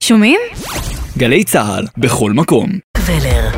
שומעים? גלי צהל, בכל מקום. קבלר.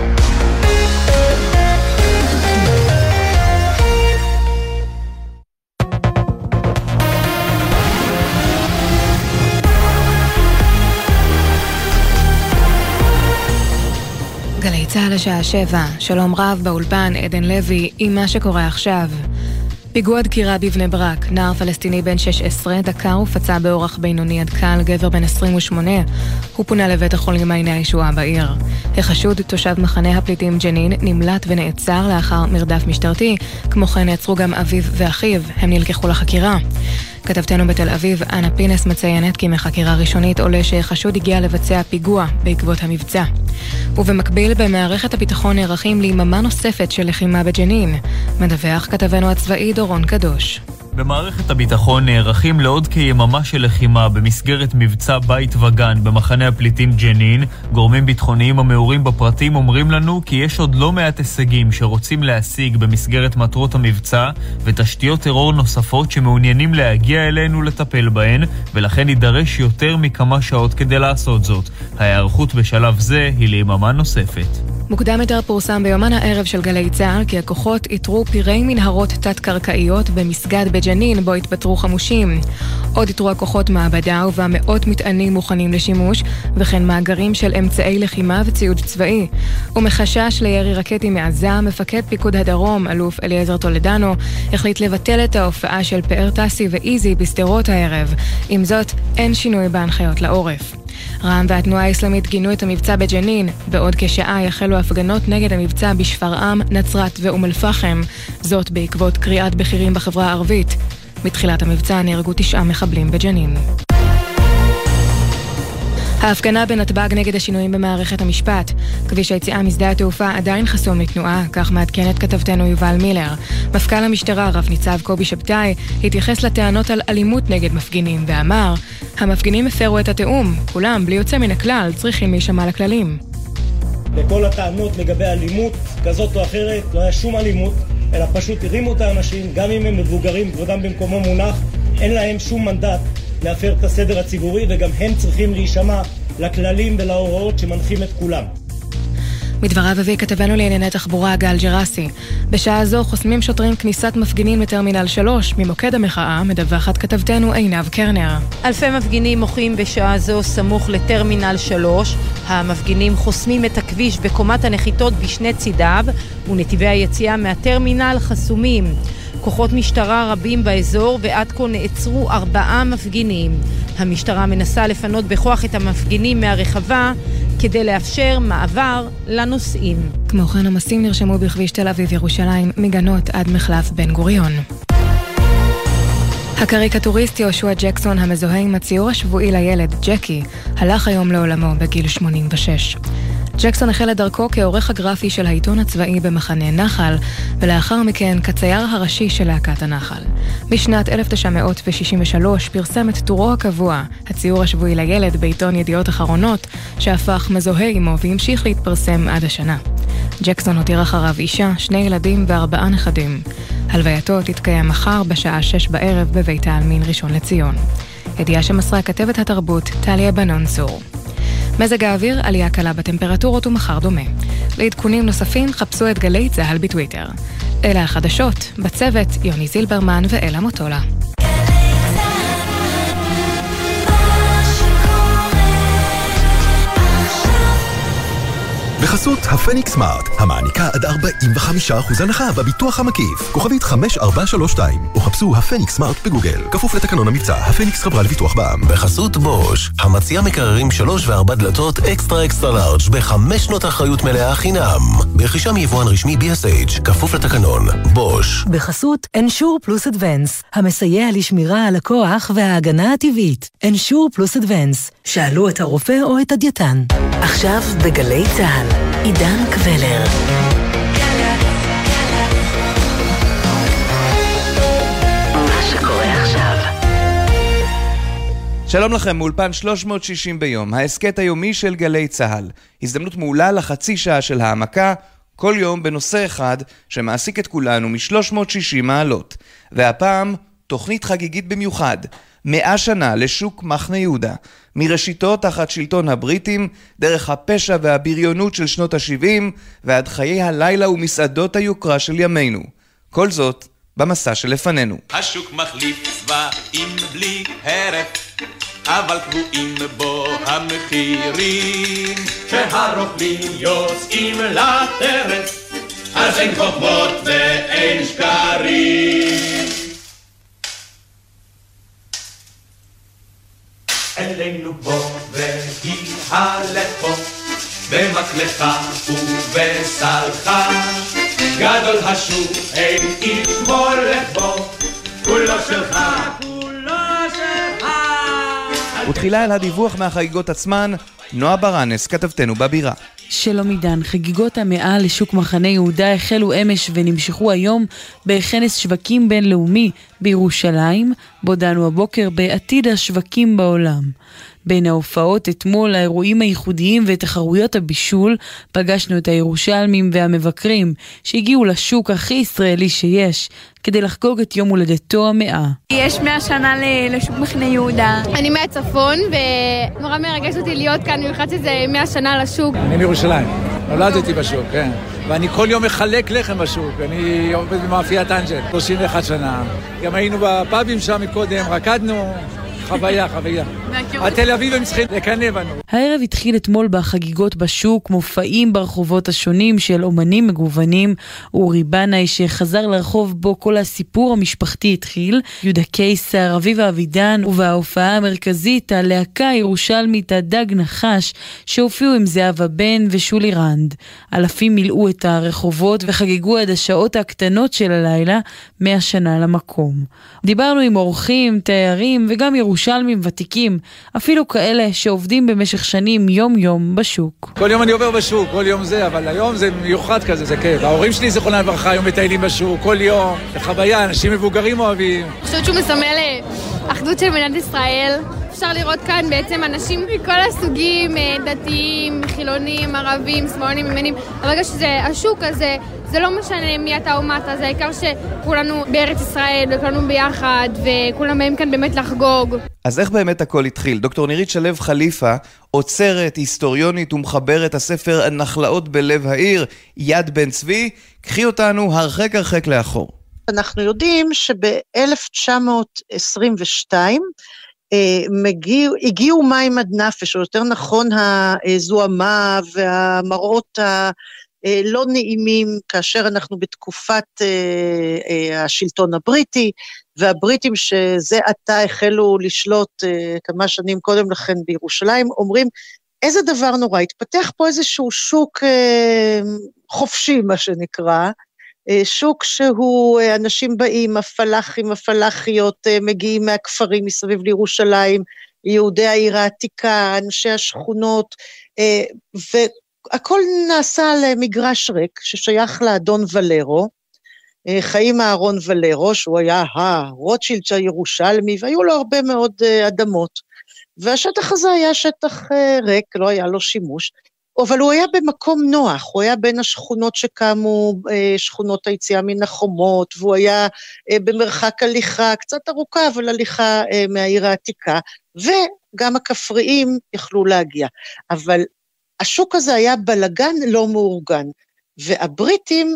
גלי צהל השעה 7, שלום רב באולפן עדן לוי עם מה שקורה עכשיו. פיגוע דקירה בבני ברק, נער פלסטיני בן 16 דקר ופצע באורח בינוני עד קל גבר בן 28. הוא פונה לבית החולים מעייני הישועה בעיר. החשוד, תושב מחנה הפליטים ג'נין, נמלט ונעצר לאחר מרדף משטרתי. כמו כן נעצרו גם אביו ואחיו, הם נלקחו לחקירה. כתבתנו בתל אביב, אנה פינס מציינת כי מחקירה ראשונית עולה שחשוד הגיע לבצע פיגוע בעקבות המבצע. ובמקביל במערכת הביטחון נערכים ליממה נוספת של לחימה בג'נין. מדווח כתבנו הצבאי דורון קדוש. במערכת הביטחון נערכים לעוד כיממה של לחימה במסגרת מבצע בית וגן במחנה הפליטים ג'נין. גורמים ביטחוניים המעורים בפרטים אומרים לנו כי יש עוד לא מעט הישגים שרוצים להשיג במסגרת מטרות המבצע ותשתיות טרור נוספות שמעוניינים להגיע אלינו לטפל בהן, ולכן יידרש יותר מכמה שעות כדי לעשות זאת. ההיערכות בשלב זה היא ליממה נוספת. מוקדם יותר פורסם ביומן הערב של גלי צהל כי הכוחות איתרו פירי מנהרות תת-קרקעיות במסגד בג'נין בו התפטרו חמושים. עוד איתרו הכוחות מעבדה ובה מאות מטענים מוכנים לשימוש וכן מאגרים של אמצעי לחימה וציוד צבאי. ומחשש לירי רקטי מעזה, מפקד פיקוד הדרום, אלוף אליעזר טולדנו, החליט לבטל את ההופעה של פאר טסי ואיזי בסדרות הערב. עם זאת, אין שינוי בהנחיות לעורף. רע"מ והתנועה האסלאמית גינו את המבצע בג'נין. בעוד כשעה יחלו הפגנות נגד המבצע בשפרעם, נצרת ואום אל-פחם. זאת בעקבות קריאת בכירים בחברה הערבית. מתחילת המבצע נהרגו 9 מחבלים בג'נין. ההפגנה בנתב"ג נגד השינויים במערכת המשפט. כביש היציאה משדה התעופה עדיין חסום לתנועה, כך מעדכנת כתבתנו יובל מילר. מפכ"ל המשטרה רב ניצב קובי שבתאי התייחס לטענות על אלימות נגד מפגינים ואמר, המפגינים הפרו את התאום, כולם בלי יוצא מן הכלל צריכים להישמע לכללים. לכל הטענות לגבי אלימות כזאת או אחרת לא היה שום אלימות, אלא פשוט הרימו את האנשים, גם אם הם מבוגרים, כבודם במקומו מונח, אין להם שום מנדט להפר את הסדר הציבורי, וגם הם צריכים להישמע לכללים ולהוראות שמנחים את כולם. מדבריו הביא כתבנו לענייני תחבורה גל ג'רסי. בשעה זו חוסמים שוטרים כניסת מפגינים לטרמינל 3. ממוקד המחאה מדווחת כתבתנו עינב קרנר. אלפי מפגינים מוחים בשעה זו סמוך לטרמינל 3. המפגינים חוסמים את הכביש בקומת הנחיתות בשני צידיו, ונתיבי היציאה מהטרמינל חסומים. כוחות משטרה רבים באזור ועד כה נעצרו 4 מפגינים. המשטרה מנסה לפנות בכוח את המפגינים מהרחבה כדי לאפשר מעבר לנוסעים. כמו כן עומסים נרשמו בכביש תל אביב ירושלים מגנות עד מחלף בן גוריון. הקריקטוריסט יהושע ג'קסון המזוהה עם הציור השבועי לילד ג'קי הלך היום לעולמו בגיל 86. ג'קסון החל את דרכו כעורך הגרפי של העיתון הצבאי במחנה נחל, ולאחר מכן כצייר הראשי של להקת הנחל. בשנת 1963 פרסם את טורו הקבוע, הציור השבועי לילד בעיתון ידיעות אחרונות, שהפך מזוהה עמו והמשיך להתפרסם עד השנה. ג'קסון הותיר אחריו אישה, 2 ילדים ו4 נכדים. הלווייתו תתקיים מחר בשעה 6 בערב בבית העלמין ראשון לציון. ידיעה שמסרה כתבת התרבות טליה בנון צור. מזג האוויר, עלייה קלה בטמפרטורות ומחר דומה. לעדכונים נוספים חפשו את גלי צהל בטוויטר. אלה החדשות, בצוות יוני זילברמן ואלה מוטולה. בחסות הפניקס סמארט, המעניקה עד 45% הנחה בביטוח המקיף. כוכבית 5432, או חפשו הפניקס סמארט בגוגל. כפוף לתקנון המבצע, הפניקס חברה לביטוח בע"מ. בחסות בוש, המציע מקררים 3 ו4 דלתות אקסטרה לארג' ב5 שנות אחריות מלאה חינם. ברכישה מיבואן רשמי BSH, כפוף לתקנון. בוש. בחסות אנשור פלוס אדוונס, המסייע לשמירה על הכוח וההגנה הטבעית. אנשור פלוס אדוונס, שאלו את הרופא או את הדייטן. עכשיו בגלי צהל, עידן קבלר. מה שקורה עכשיו. שלום לכם, מאולפן 360 ביום, ההסקט היומי של גלי צהל. הזדמנות מעולה לחצי שעה של העמקה, כל יום בנושא אחד שמעסיק את כולנו מ-360 מעלות. והפעם, תוכנית חגיגית במיוחד, 100 שנה לשוק מחנה יהודה. מראשיתו תחת שלטון הבריטים, דרך הפשע והבריונות של שנות ה-70 ועד חיי הלילה ומסעדות היוקרה של ימינו. כל זאת במסע שלפנינו. השוק מחליף צבעים בלי הרף, אבל קבועים בו המחירים. כשהרוכבים יוצאים לטרף, אז אין חוכמות ואין שקרים. אלינו בוא והתהלך בו, במקלך ובסלחה. גדול השוק אין איש מולך בו, כולו שלך, כולו שלך. ותחילה אל הדיווח מהחגיגות עצמן, נועה ברנס, כתבתנו בבירה. שלום עידן, חגיגות המאה לשוק מחנה יהודה החלו אמש ונמשכו היום בכנס שווקים בינלאומי בירושלים, בו דנו הבוקר בעתיד השווקים בעולם. בין ההופעות אתמול, האירועים הייחודיים ותחרויות הבישול, פגשנו את הירושלמים והמבקרים שהגיעו לשוק הכי ישראלי שיש, כדי לחגוג את יום הולדתו המאה. יש 100 שנה לשוק מחנה יהודה. אני מהצפון ונורא מרגש אותי להיות כאן, במיוחד שזה 100 שנה לשוק. אני מירושלים, נולדתי בשוק, כן. ואני כל יום מחלק לחם בשוק, אני עובד במאפיית אנג'ל, 31 שנה. גם היינו בפאבים שם מקודם, רקדנו. חוויה. התל אביב הם צריכים לקנא בנו. הערב התחיל אתמול בחגיגות בשוק, מופעים ברחובות השונים של אומנים מגוונים. אורי בנאי שחזר לרחוב בו כל הסיפור המשפחתי התחיל, יהודה קיסר, אביבה אבידן, ובהופעה המרכזית הלהקה הירושלמית הדג נחש, שהופיעו עם זהבה בן ושולי רנד. אלפים מילאו את הרחובות וחגגו עד השעות הקטנות של הלילה 100 שנה למקום. דיברנו עם אורחים, תיירים וגם ירושלמים ותיקים, אפילו כאלה שעובדים במשך שנים יום בשוק. כל יום אני עובר בשוק, כל יום זה, אבל היום זה מיוחד כזה, זה כיף. ההורים שלי זכרונם לברכה היום מטיילים בשוק, כל יום, בחוויה, אנשים מבוגרים אוהבים. אני חושבת שהוא מסמל אחדות של מדינת ישראל. אפשר לראות כאן בעצם אנשים מכל הסוגים, דתיים, חילונים, ערבים, שמאלנים, ימנים. ברגע שזה השוק הזה, זה לא משנה מי אתה או מה אתה, זה העיקר שכולנו בארץ ישראל וכולנו ביחד וכולם באים כאן באמת לחגוג. אז איך באמת הכל התחיל? דוקטור נירית שלו חליפה, עוצרת, היסטוריונית ומחברת הספר הנחלאות בלב העיר, יד בן צבי, קחי אותנו הרחק לאחור. אנחנו יודעים שב-1922 הגיעו מים עד נפש, או יותר נכון הזוהמה והמראות לא נעימים, כאשר אנחנו בתקופת השלטון הבריטי, והבריטים שזה עתה החלו לשלוט כמה שנים קודם לכן בירושלים, אומרים, איזה דבר נורא, התפתח פה איזשהו שוק חופשי, מה שנקרא, שוק שהוא, אנשים באים, הפלחים, הפלחיות, מגיעים מהכפרים מסביב לירושלים, יהודי העיר העתיקה, אנשי השכונות, והכל נעשה למגרש ריק, ששייך לאדון ולרו, חיים אהרון ולרו, שהוא היה הרוטשילד הירושלמי, והיו לו הרבה מאוד אדמות, והשטח הזה היה שטח ריק, לא היה לו שימוש, אבל הוא היה במקום נוח, הוא היה בין השכונות שקמו, שכונות היציאה מן החומות, והוא היה במרחק הליכה, קצת ארוכה, אבל הליכה מהעיר העתיקה, וגם הכפריים יכלו להגיע. אבל השוק הזה היה בלגן לא מאורגן, והבריטים,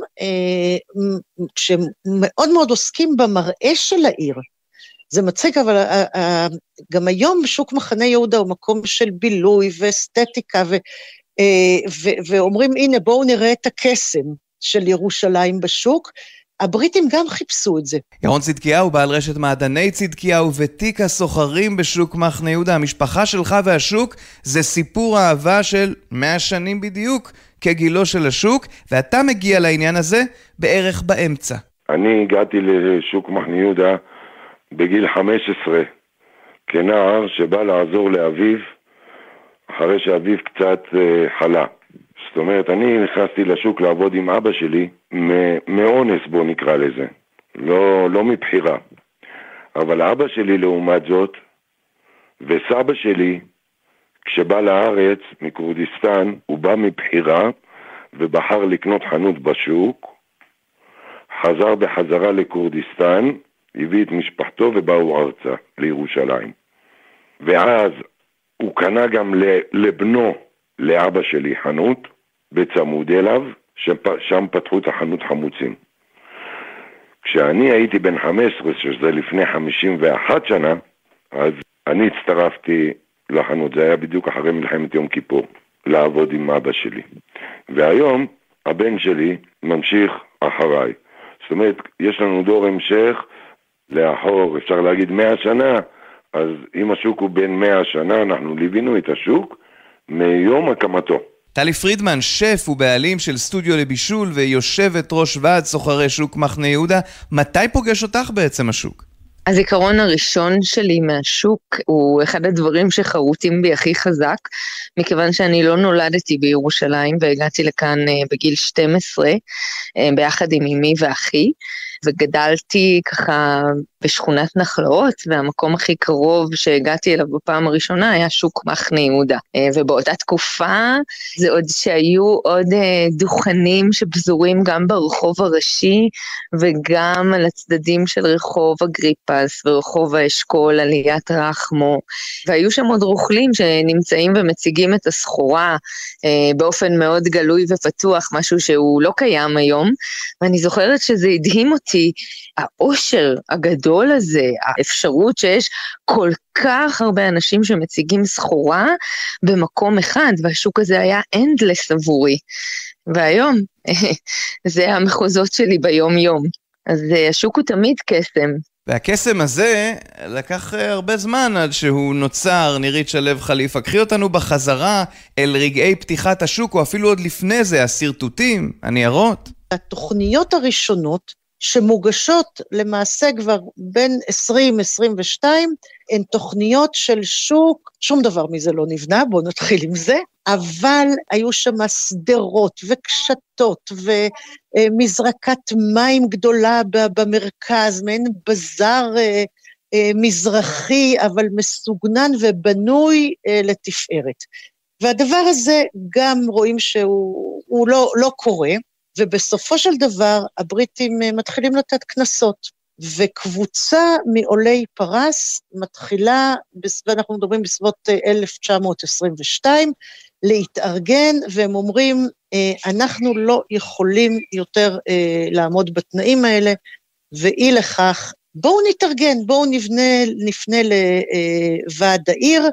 שמאוד מאוד עוסקים במראה של העיר, זה מצחיק, אבל גם היום שוק מחנה יהודה הוא מקום של בילוי ואסתטיקה, ואומרים, הנה בואו נראה את הקסם של ירושלים בשוק, הבריטים גם חיפשו את זה. ירון צדקיהו, בעל רשת מעדני צדקיהו ותיק הסוחרים בשוק מחנה יהודה, המשפחה שלך והשוק זה סיפור אהבה של 100 שנים בדיוק כגילו של השוק, ואתה מגיע לעניין הזה בערך באמצע. אני הגעתי לשוק מחנה יהודה בגיל 15 כנער שבא לעזור לאביו אחרי שאביו קצת חלה. זאת אומרת, אני נכנסתי לשוק לעבוד עם אבא שלי מאונס, בוא נקרא לזה, לא מבחירה. אבל אבא שלי לעומת זאת, וסבא שלי, כשבא לארץ מקורדיסטן, הוא בא מבחירה ובחר לקנות חנות בשוק, חזר בחזרה לקורדיסטן, הביא את משפחתו ובאו ארצה לירושלים. ואז הוא קנה גם לבנו, לאבא שלי, חנות בצמוד אליו, שם פתחו את החנות חמוצים. כשאני הייתי בן 15, שזה לפני 51 שנה, אז אני הצטרפתי לחנות, זה היה בדיוק אחרי מלחמת יום כיפור, לעבוד עם אבא שלי. והיום הבן שלי ממשיך אחריי. זאת אומרת, יש לנו דור המשך לאחור, אפשר להגיד 100 שנה, אז אם השוק הוא בין 100 שנה, אנחנו ליווינו את השוק מיום הקמתו. טלי פרידמן, שף ובעלים של סטודיו לבישול ויושבת ראש ועד סוחרי שוק מחנה יהודה, מתי פוגש אותך בעצם השוק? הזיכרון הראשון שלי מהשוק הוא אחד הדברים שחרוטים בי הכי חזק, מכיוון שאני לא נולדתי בירושלים והגעתי לכאן בגיל 12 ביחד עם אמי ואחי, וגדלתי ככה בשכונת נחלאות, והמקום הכי קרוב שהגעתי אליו בפעם הראשונה היה שוק מחנה יהודה. ובאותה תקופה זה עוד שהיו עוד דוכנים שפזורים גם ברחוב הראשי, וגם על הצדדים של רחוב אגריפס ורחוב האשכול עליית רחמו, והיו שם עוד רוכלים שנמצאים ומציגים את הסחורה באופן מאוד גלוי ופתוח, משהו שהוא לא קיים היום, ואני זוכרת שזה הדהים אותי, העושר הגדול הזה, האפשרות שיש כל כך הרבה אנשים שמציגים סחורה במקום אחד, והשוק הזה היה אנדלס עבורי. והיום זה המחוזות שלי ביום יום. אז השוק הוא תמיד קסם. והקסם הזה לקח הרבה זמן עד שהוא נוצר. נירית שלו חליפה, קחי אותנו בחזרה אל רגעי פתיחת השוק, או אפילו עוד לפני זה, הסרטוטים, הניירות. התוכניות הראשונות שמוגשות למעשה כבר בין 20-22, הן תוכניות של שוק, שום דבר מזה לא נבנה, בואו נתחיל עם זה, אבל היו שם סדרות וקשתות ומזרקת מים גדולה במרכז, מעין בזר מזרחי, אבל מסוגנן ובנוי לתפארת. והדבר הזה גם רואים שהוא לא קורה, ובסופו של דבר הבריטים מתחילים לתת כנסות, וקבוצה מעולי פרס מתחילה, ואנחנו מדברים בסביבות 1922, להתארגן, והם אומרים, אנחנו לא יכולים יותר לעמוד בתנאים האלה, ואי לכך, בואו נתארגן, בואו נפנה לוועד העיר,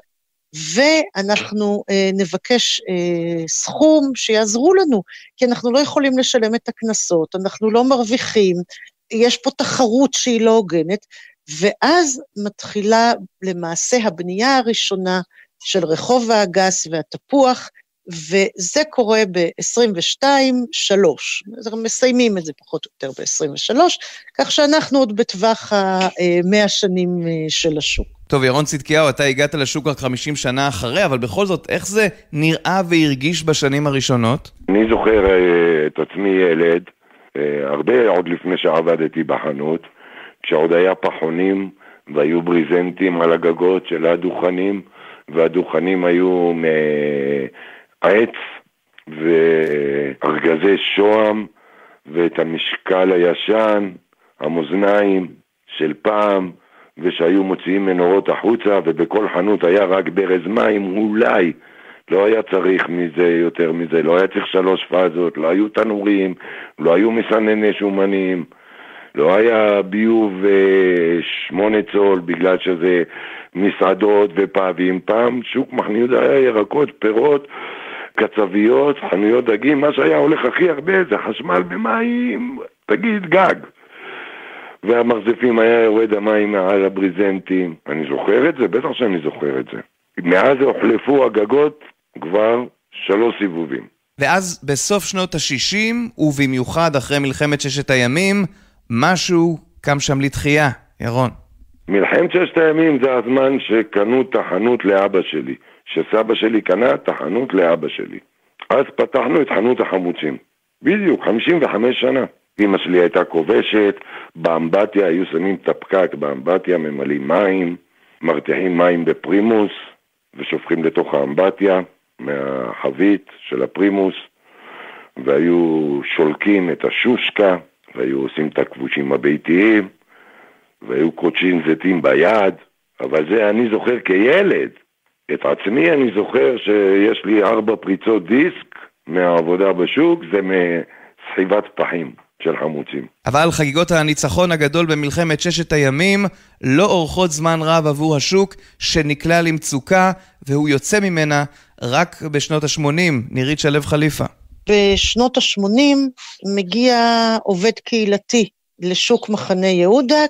ואנחנו נבקש סכום שיעזרו לנו, כי אנחנו לא יכולים לשלם את הכנסות, אנחנו לא מרוויחים, יש פה תחרות שהיא לא הוגנת, ואז מתחילה למעשה הבנייה הראשונה של רחוב האגס והתפוח, וזה קורה ב-22-3, מסיימים את זה פחות או יותר ב-23, כך שאנחנו עוד בטווח ה-100 שנים של השוק. טוב, ירון צדקיהו, אתה הגעת לשוק רק 50 שנה אחרי, אבל בכל זאת, איך זה נראה והרגיש בשנים הראשונות? אני זוכר את עצמי ילד, הרבה עוד לפני שעבדתי בחנות, כשעוד היה פחונים והיו בריזנטים על הגגות של הדוכנים, והדוכנים היו מעץ וארגזי שוהם, ואת המשקל הישן, המאזניים של פעם, ושהיו מוציאים מנורות החוצה, ובכל חנות היה רק ברז מים, אולי, לא היה צריך מזה יותר מזה, לא היה צריך 3 פאזות, לא היו תנורים, לא היו מסנני שומנים, לא היה ביוב 8 צול, בגלל שזה מסעדות ופאבים. פעם שוק מחנה יהודה היה ירקות, פירות, קצביות, חנויות דגים, מה שהיה הולך הכי הרבה זה חשמל במים, תגיד גג. והמרזפים היה יורד המים מעל הבריזנטים. אני זוכר את זה? בטח שאני זוכר את זה. מאז הוחלפו הגגות כבר 3 סיבובים. ואז בסוף שנות ה-60, ובמיוחד אחרי מלחמת 6 הימים, משהו קם שם לתחייה, ירון. מלחמת 6 הימים זה הזמן שקנו תחנות לאבא שלי, שסבא שלי קנה תחנות לאבא שלי. אז פתחנו את חנות החמוצים. בדיוק, 55 שנה. אמא שלי הייתה כובשת, באמבטיה היו שמים את הפקק, באמבטיה ממלאים מים, מרתיחים מים בפרימוס, ושופכים לתוך האמבטיה מהחבית של הפרימוס, והיו שולקים את השושקה, והיו עושים את הכבושים הביתיים, והיו קודשים זיתים ביד, אבל זה אני זוכר כילד, את עצמי אני זוכר שיש לי 4 פריצות דיסק מהעבודה בשוק, זה מסחיבת פחים של חמוצים. אבל חגיגות הניצחון הגדול במלחמת 6 הימים לא אורכות זמן רב עבור השוק שנקלע למצוקה, והוא יוצא ממנה רק בשנות ה-80. נירית שלו חליפה. בשנות ה-80 מגיע עובד קהילתי לשוק מחנה יהודה,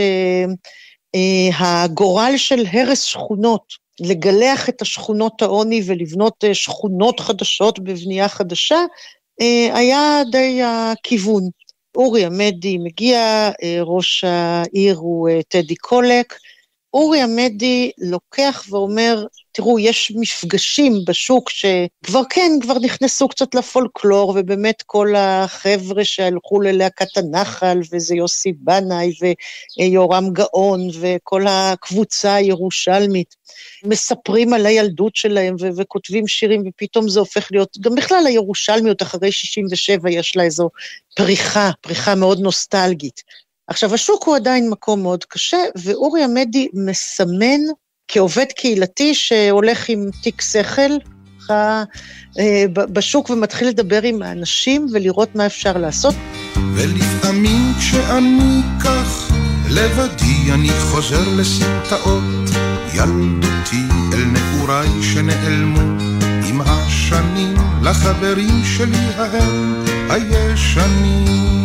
כשהגורל של הרס שכונות, לגלח את השכונות העוני ולבנות שכונות חדשות בבנייה חדשה, היה די הכיוון. אורי עמדי מגיע, ראש העיר הוא טדי קולק, אורי עמדי לוקח ואומר, תראו, יש מפגשים בשוק שכבר כבר נכנסו קצת לפולקלור, ובאמת כל החבר'ה שהלכו ללהקת הנחל, וזה יוסי בנאי ויורם גאון, וכל הקבוצה הירושלמית, מספרים על הילדות שלהם וכותבים שירים, ופתאום זה הופך להיות, גם בכלל הירושלמיות אחרי 67 יש לה איזו פריחה מאוד נוסטלגית. עכשיו, השוק הוא עדיין מקום מאוד קשה, ואורי עמדי מסמן כעובד קהילתי שהולך עם תיק שכל בשוק ומתחיל לדבר עם האנשים ולראות מה אפשר לעשות. ולפעמים כשאני כך לבדי אני חוזר לסמטאות ילדותי אל נעוריי שנעלמו עם השנים לחברים שלי ההם הישנים.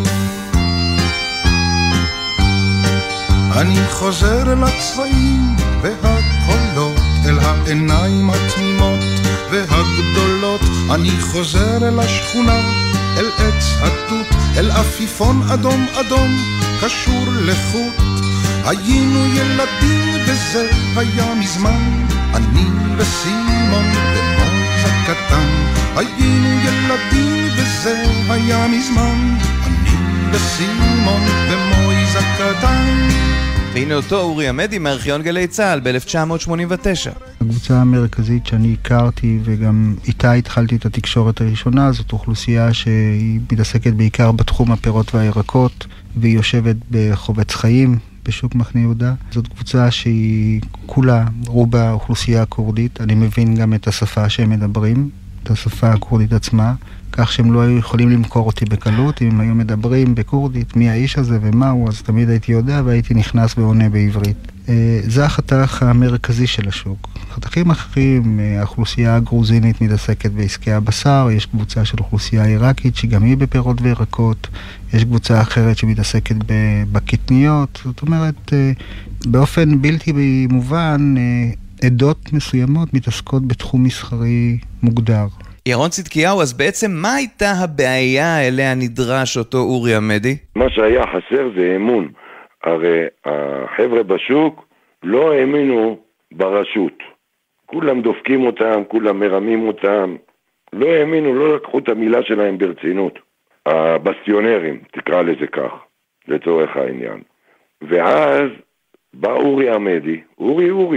אני חוזר אל הצבעים והקולות, אל העיניים התמימות והגדולות. אני חוזר אל השכונה, אל עץ התות, אל עפיפון אדום אדום קשור לחוט. היינו ילדים וזה היה מזמן, אני וסימון ומויז הקטן. היינו ילדים וזה היה מזמן, אני וסימון ומויז הקטן. והנה אותו אורי עמדי מארכיון גלי צהל ב-1989. הקבוצה המרכזית שאני הכרתי וגם איתה התחלתי את התקשורת הראשונה, זאת אוכלוסייה שהיא מתעסקת בעיקר בתחום הפירות והירקות, והיא יושבת בחובץ חיים בשוק מחנה יהודה. זאת קבוצה שהיא כולה רובה אוכלוסייה קורדית, אני מבין גם את השפה שהם מדברים, את השפה הקורדית עצמה, כך שהם לא היו יכולים למכור אותי בקלות. אם הם היו מדברים בקורדית מי האיש הזה ומה הוא, אז תמיד הייתי יודע והייתי נכנס ועונה בעברית. זה החתך המרכזי של השוק. חתכים אחרים, האוכלוסייה הגרוזינית מתעסקת בעסקי הבשר, יש קבוצה של אוכלוסייה עיראקית שגם היא בפירות וירקות, יש קבוצה אחרת שמתעסקת בקטניות. זאת אומרת, באופן בלתי מובן, עדות מסוימות מתעסקות בתחום מסחרי מוגדר. ירון צדקיהו, אז בעצם מה הייתה הבעיה אליה נדרש אותו אורי עמדי? מה שהיה חסר זה אמון. הרי החבר'ה בשוק לא האמינו ברשות. כולם דופקים אותם, כולם מרמים אותם. לא האמינו, לא לקחו את המילה שלהם ברצינות. הבסטיונרים, תקרא לזה כך, לצורך העניין. ואז בא אורי עמדי, אורי.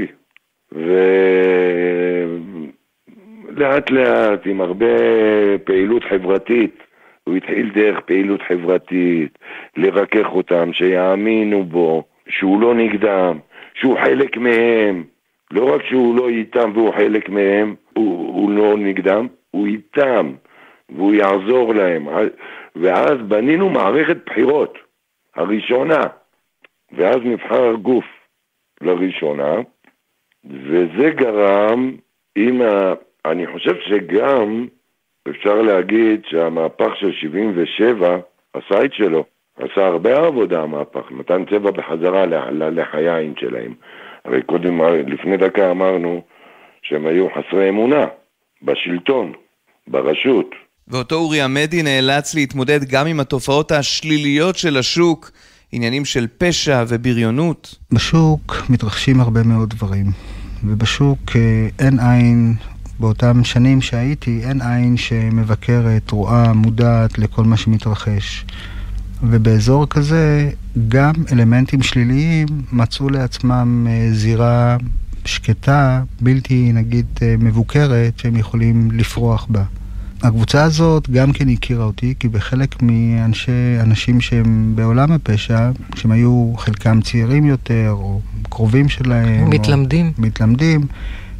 לאט לאט, עם הרבה פעילות חברתית, הוא התחיל דרך פעילות חברתית, לרכך אותם, שיאמינו בו, שהוא לא נגדם, שהוא חלק מהם. לא רק שהוא לא איתם והוא חלק מהם, הוא לא נגדם, הוא איתם, והוא יעזור להם. ואז בנינו מערכת בחירות, הראשונה, ואז נבחר גוף לראשונה, וזה גרם, אני חושב שגם אפשר להגיד שהמהפך של 77 עשה את שלו, עשה הרבה עבודה המהפך, נתן צבע בחזרה לחיים שלהם. הרי קודם, לפני דקה אמרנו שהם היו חסרי אמונה בשלטון, ברשות. ואותו אורי עמדי נאלץ להתמודד גם עם התופעות השליליות של השוק, עניינים של פשע ובריונות. בשוק מתרחשים הרבה מאוד דברים, ובשוק אין עין, באותם שנים שהייתי, אין עין שמבקרת, רואה, מודעת לכל מה שמתרחש. ובאזור כזה גם אלמנטים שליליים מצאו לעצמם זירה שקטה, בלתי נגיד מבוקרת, שהם יכולים לפרוח בה. הקבוצה הזאת גם כן הכירה אותי, כי בחלק מאנשים שהם בעולם הפשע, שהם היו חלקם צעירים יותר, או קרובים שלהם, מתלמדים,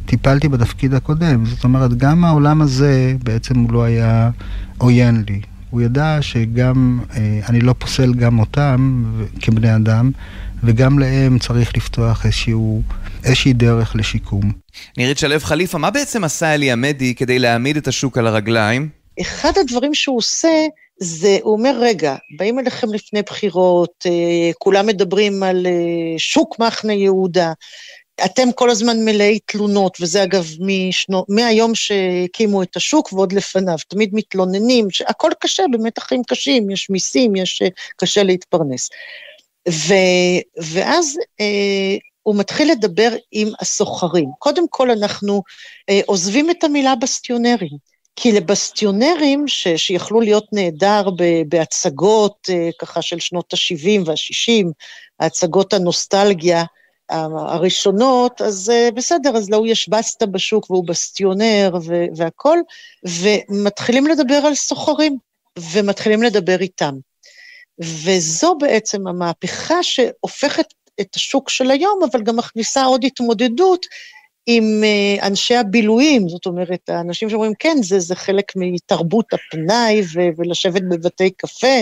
טיפלתי בתפקיד הקודם. זאת אומרת, גם העולם הזה בעצם הוא לא היה עוין לי. הוא ידע שגם, אני לא פוסל גם אותם כבני אדם, וגם להם צריך לפתוח איזושהי דרך לשיקום. נירית שלו חליפה, מה בעצם עשה אלי עמדי כדי להעמיד את השוק על הרגליים? אחד הדברים שהוא עושה, זה, הוא אומר, רגע, באים אליכם לפני בחירות, כולם מדברים על שוק מחנה יהודה, אתם כל הזמן מלאי תלונות, וזה אגב מהיום שהקימו את השוק ועוד לפניו, תמיד מתלוננים, שהכל קשה, באמת החיים קשים, יש מיסים, יש קשה להתפרנס. ואז הוא מתחיל לדבר עם הסוחרים. קודם כל אנחנו עוזבים את המילה בסטיונרים, כי לבסטיונרים שיכלו להיות נהדר בהצגות ככה של שנות ה-70 וה-60, ההצגות הנוסטלגיה הראשונות, אז בסדר, אז לא יש בסטה בשוק והוא בסטיונר והכל, ומתחילים לדבר על סוחרים, ומתחילים לדבר איתם. וזו בעצם המהפכה שהופכת את השוק של היום, אבל גם מכניסה עוד התמודדות עם אנשי הבילויים, זאת אומרת, האנשים שאומרים, כן, זה חלק מתרבות הפנאי, ולשבת בבתי קפה,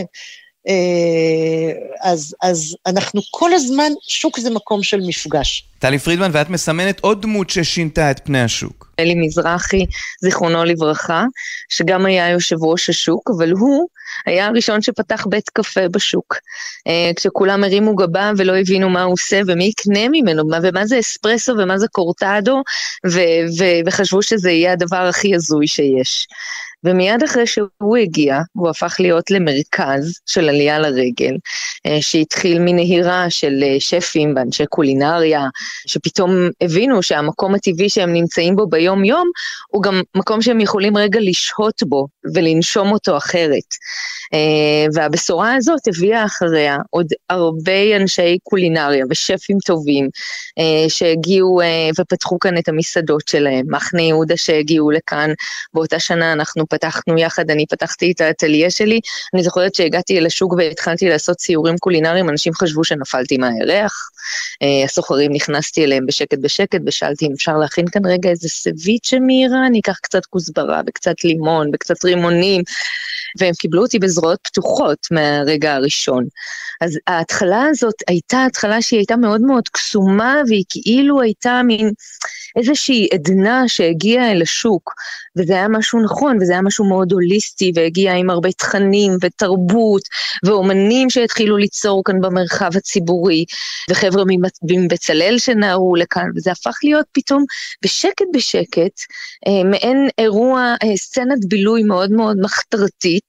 אז אנחנו כל הזמן, שוק זה מקום של מפגש. טלי פרידמן, ואת מסמנת עוד דמות ששינתה את פני השוק. אלי מזרחי, זיכרונו לברכה, שגם היה יושב ראש השוק, אבל הוא היה הראשון שפתח בית קפה בשוק. כשכולם הרימו גבה ולא הבינו מה הוא עושה ומי יקנה ממנו, ומה זה אספרסו ומה זה קורטדו, וחשבו שזה יהיה הדבר הכי הזוי שיש. ומיד אחרי שהוא הגיע, הוא הפך להיות למרכז של עלייה לרגל, שהתחיל מנהירה של שפים ואנשי קולינריה, שפתאום הבינו שהמקום הטבעי שהם נמצאים בו ביום יום, הוא גם מקום שהם יכולים רגע לשהות בו ולנשום אותו אחרת. והבשורה הזאת הביאה אחריה עוד הרבה אנשי קולינריה ושפים טובים, שהגיעו ופתחו כאן את המסעדות שלהם, מחנה יהודה שהגיעו לכאן, באותה שנה אנחנו פתחנו יחד, אני פתחתי את האטליה שלי, אני זוכרת שהגעתי אל השוק והתחלתי לעשות ציורים קולינריים, אנשים חשבו שנפלתי מהירח, הסוחרים נכנסתי אליהם בשקט בשקט, ושאלתי אם אפשר להכין כאן רגע איזה סביצ'ה מהירה, אני אקח קצת כוסברה וקצת לימון וקצת רימונים, והם קיבלו אותי בזרועות פתוחות מהרגע הראשון. אז ההתחלה הזאת הייתה התחלה שהיא הייתה מאוד מאוד קסומה, והיא כאילו הייתה מין איזושהי עדנה שהגיעה אל השוק, וזה היה משהו נכון, וזה היה משהו מאוד הוליסטי, והגיע עם הרבה תכנים ותרבות, ואומנים שהתחילו ליצור כאן במרחב הציבורי, וחבר'ה מבצלאל שנערו לכאן, וזה הפך להיות פתאום בשקט בשקט, מעין אירוע, סצנת בילוי מאוד מאוד מחתרתית,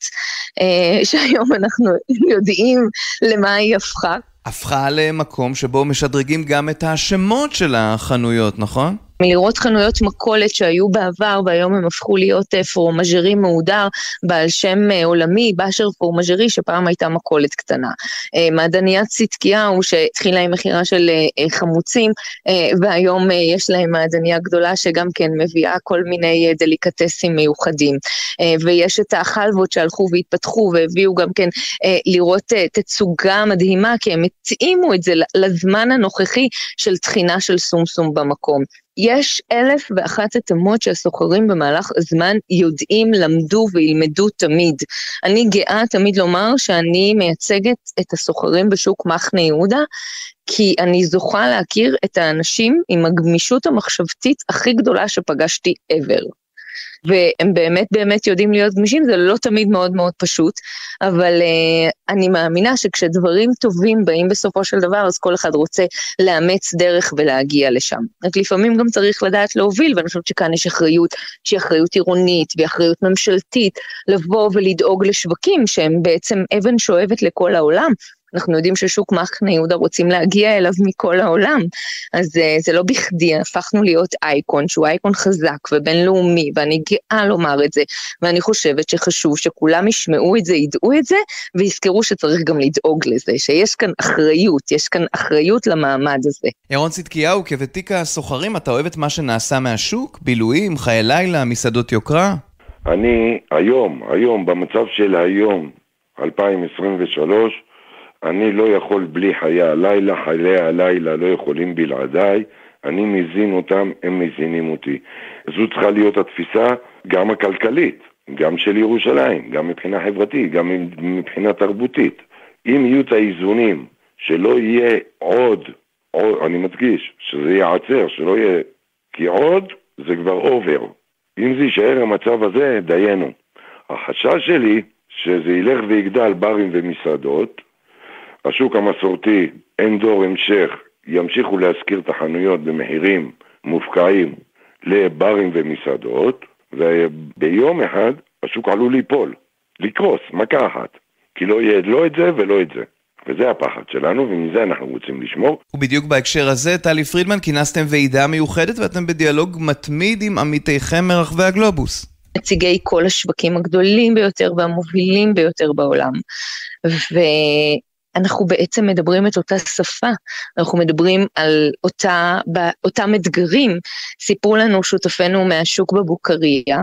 שהיום אנחנו יודעים למה היא הפכה. הפכה למקום שבו משדרגים גם את השמות של החנויות, נכון? מלראות חנויות מקולת שהיו בעבר, והיום הם הפכו להיות פורמז'רי מהודר, בעל שם עולמי, באשר פורמז'רי, שפעם הייתה מקולת קטנה. מעדניית צדקיהו, שהתחילה עם מחירה של חמוצים, והיום יש להם מעדניה גדולה, שגם כן מביאה כל מיני דליקטסים מיוחדים. ויש את החלבות שהלכו והתפתחו, והביאו גם כן לראות תצוגה מדהימה, כי הם התאימו את זה לזמן הנוכחי של תחינה של סומסום במקום. יש 1,001 התאמות שהסוחרים במהלך הזמן יודעים, למדו וילמדו תמיד. אני גאה תמיד לומר שאני מייצגת את הסוחרים בשוק מחנה יהודה, כי אני זוכה להכיר את האנשים עם הגמישות המחשבתית הכי גדולה שפגשתי ever. והם באמת באמת יודעים להיות גמישים, זה לא תמיד מאוד מאוד פשוט, אבל אני מאמינה שכשדברים טובים באים בסופו של דבר, אז כל אחד רוצה לאמץ דרך ולהגיע לשם. רק לפעמים גם צריך לדעת להוביל, ואני חושבת שכאן יש אחריות, שהיא אחריות עירונית, והיא אחריות ממשלתית, לבוא ולדאוג לשווקים, שהם בעצם אבן שואבת לכל העולם. אנחנו יודעים ששוק מחנה יהודה רוצים להגיע אליו מכל העולם, אז זה לא בכדי, הפכנו להיות אייקון, שהוא אייקון חזק ובינלאומי, ואני גאה לומר את זה, ואני חושבת שחשוב שכולם ישמעו את זה, ידעו את זה, ויזכרו שצריך גם לדאוג לזה, שיש כאן אחריות, יש כאן אחריות למעמד הזה. ירון צדקיהו, כוותיק הסוחרים, אתה אוהב את מה שנעשה מהשוק? בילויים, חיי לילה, מסעדות יוקרה? אני היום, במצב של היום, 2023, אני לא יכול בלי חיי הלילה, חיי הלילה לא יכולים בלעדיי, אני מזין אותם, הם מזינים אותי. זו צריכה להיות התפיסה גם הכלכלית, גם של ירושלים, גם מבחינה חברתית, גם מבחינה תרבותית. אם יהיו את האיזונים, שלא יהיה עוד, אני מדגיש, שזה ייעצר, שלא יהיה, כי עוד זה כבר אובר. אם זה יישאר המצב הזה, דיינו. החשש שלי שזה ילך ויגדל ברים ומסעדות, השוק המסורתי, אין דור המשך, ימשיכו להשכיר את החנויות במחירים מופקעים לברים ומסעדות, וביום אחד השוק עלול ליפול, לקרוס, מכה אחת, כי לא יהיה לא את זה ולא את זה. וזה הפחד שלנו, ומזה אנחנו רוצים לשמור. ובדיוק בהקשר הזה, טלי פרידמן, כינסתם ועידה מיוחדת, ואתם בדיאלוג מתמיד עם עמיתיכם מרחבי הגלובוס. נציגי כל השווקים הגדולים ביותר והמובילים ביותר בעולם. ואנחנו בעצם מדברים את אותה שפה, אנחנו מדברים על אותם אתגרים. סיפרו לנו שותפינו מהשוק בבוקריה,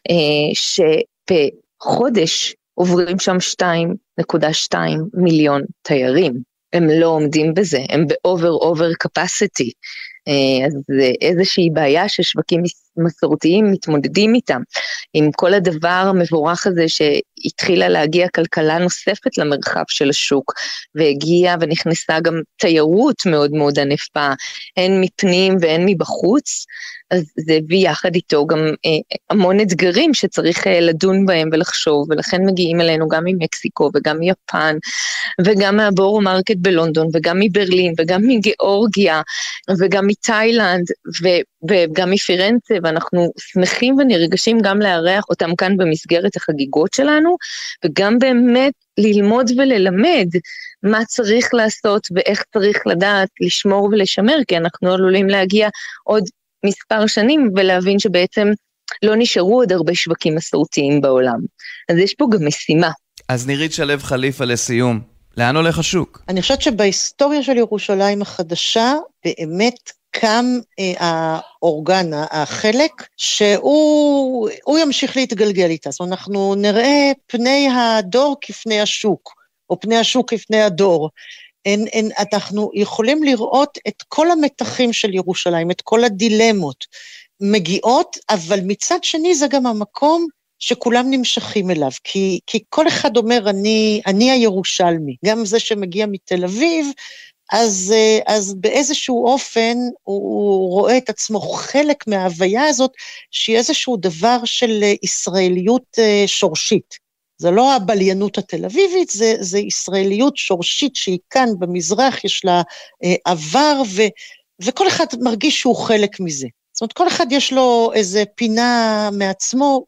שבחודש עוברים שם 2.2 מיליון תיירים. הם לא עומדים בזה, הם באובר capacity. אז זה איזושהי בעיה ששווקים מסורתיים מתמודדים איתם. עם כל הדבר המבורך הזה שהתחילה להגיע כלכלה נוספת למרחב של השוק, והגיעה ונכנסה גם תיירות מאוד מאוד ענפה, הן מפנים והן מבחוץ, אז זה הביא יחד איתו גם המון אתגרים שצריך לדון בהם ולחשוב, ולכן מגיעים אלינו גם ממקסיקו וגם מיפן, וגם מהבורו מרקט בלונדון, וגם מברלין, וגם מגיאורגיה, וגם מתאילנד, וגם מפירנצה, ואנחנו שמחים ונרגשים גם לארח אותם כאן במסגרת החגיגות שלנו, וגם באמת ללמוד וללמד מה צריך לעשות ואיך צריך לדעת לשמור ולשמר, כי אנחנו עלולים להגיע עוד מספר שנים ולהבין שבעצם לא נשארו עוד הרבה שווקים מסורתיים בעולם. אז יש פה גם משימה. אז נירית שלו חליפה לסיום. לאן הולך השוק? אני חושבת שבהיסטוריה של ירושלים החדשה, באמת קם האורגן, החלק, שהוא ימשיך להתגלגל איתה. זאת אומרת, אנחנו נראה פני הדור כפני השוק, או פני השוק כפני הדור. אנחנו יכולים לראות את כל המתחים של ירושלים, את כל הדילמות מגיעות, אבל מצד שני זה גם המקום שכולם נמשכים אליו, כי כל אחד אומר, אני הירושלמי, גם זה שמגיע מתל אביב, אז באיזשהו אופן הוא רואה את עצמו חלק מההוויה הזאת, שהיא איזשהו דבר של ישראליות שורשית. זה לא הבליינות התל אביבית, זה ישראליות שורשית שהיא כאן במזרח, יש לה עבר, וכל אחד מרגיש שהוא חלק מזה. זאת אומרת, כל אחד יש לו איזה פינה מעצמו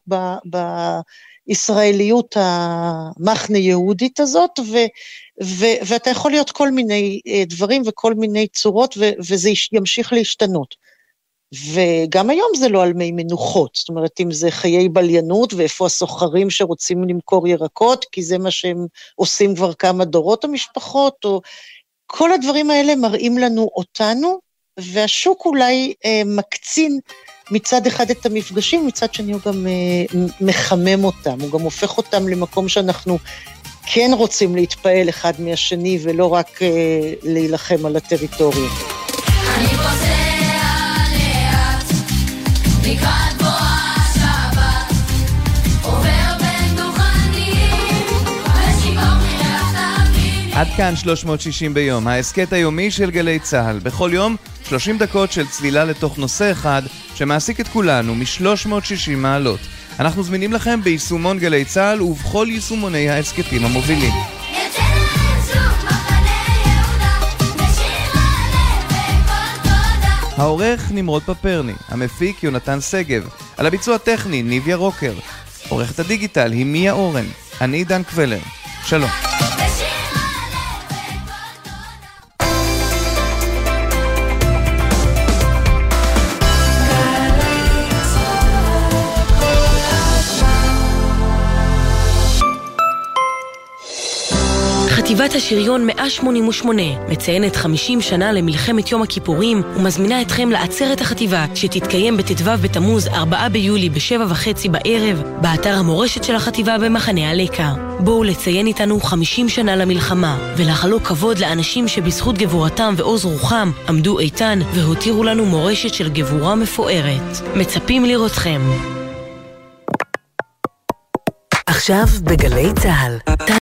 בישראליות המחנה יהודית הזאת, ואתה יכול להיות כל מיני דברים וכל מיני צורות, וזה ימשיך להשתנות. וגם היום זה לא על מי מנוחות, זאת אומרת, אם זה חיי בליינות, ואיפה הסוחרים שרוצים למכור ירקות, כי זה מה שהם עושים כבר כמה דורות המשפחות, או כל הדברים האלה מראים לנו אותנו, והשוק אולי מקצין מצד אחד את המפגשים, מצד שני הוא גם מחמם אותם, הוא גם הופך אותם למקום שאנחנו כן רוצים להתפעל אחד מהשני, ולא רק להילחם על הטריטוריה. אני רוצה לאט, לקראת בוא השבת, עובר בין דוכנים, ושיבור מרח תמיד. עד כאן 360 ביום, ההסקט היומי של גלי צהל. בכל יום 30 דקות של צלילה לתוך נושא אחד שמעסיק את כולנו מ-360 מעלות. אנחנו זמינים לכם ביישומון גלי צהל ובכל יישומוני ההסקטים המובילים. העורך נמרוד פפרני, המפיק יונתן סגב, על הביצוע הטכני ניביה רוקר, עורכת הדיגיטל היא מיה אורן, אני דן קבלר. שלום. חטיבת השריון 188 מציינת 50 שנה למלחמת יום הכיפורים ומזמינה אתכם לעצרת החטיבה שתתקיים בט"ו בתמוז 4 ביולי ב7:30 בערב באתר המורשת של החטיבה במחנה הלקה. בואו לציין איתנו 50 שנה למלחמה ולחלוק כבוד לאנשים שבזכות גבורתם ועוז רוחם עמדו איתן והותירו לנו מורשת של גבורה מפוארת. מצפים לראותכם. עכשיו בגלי צהל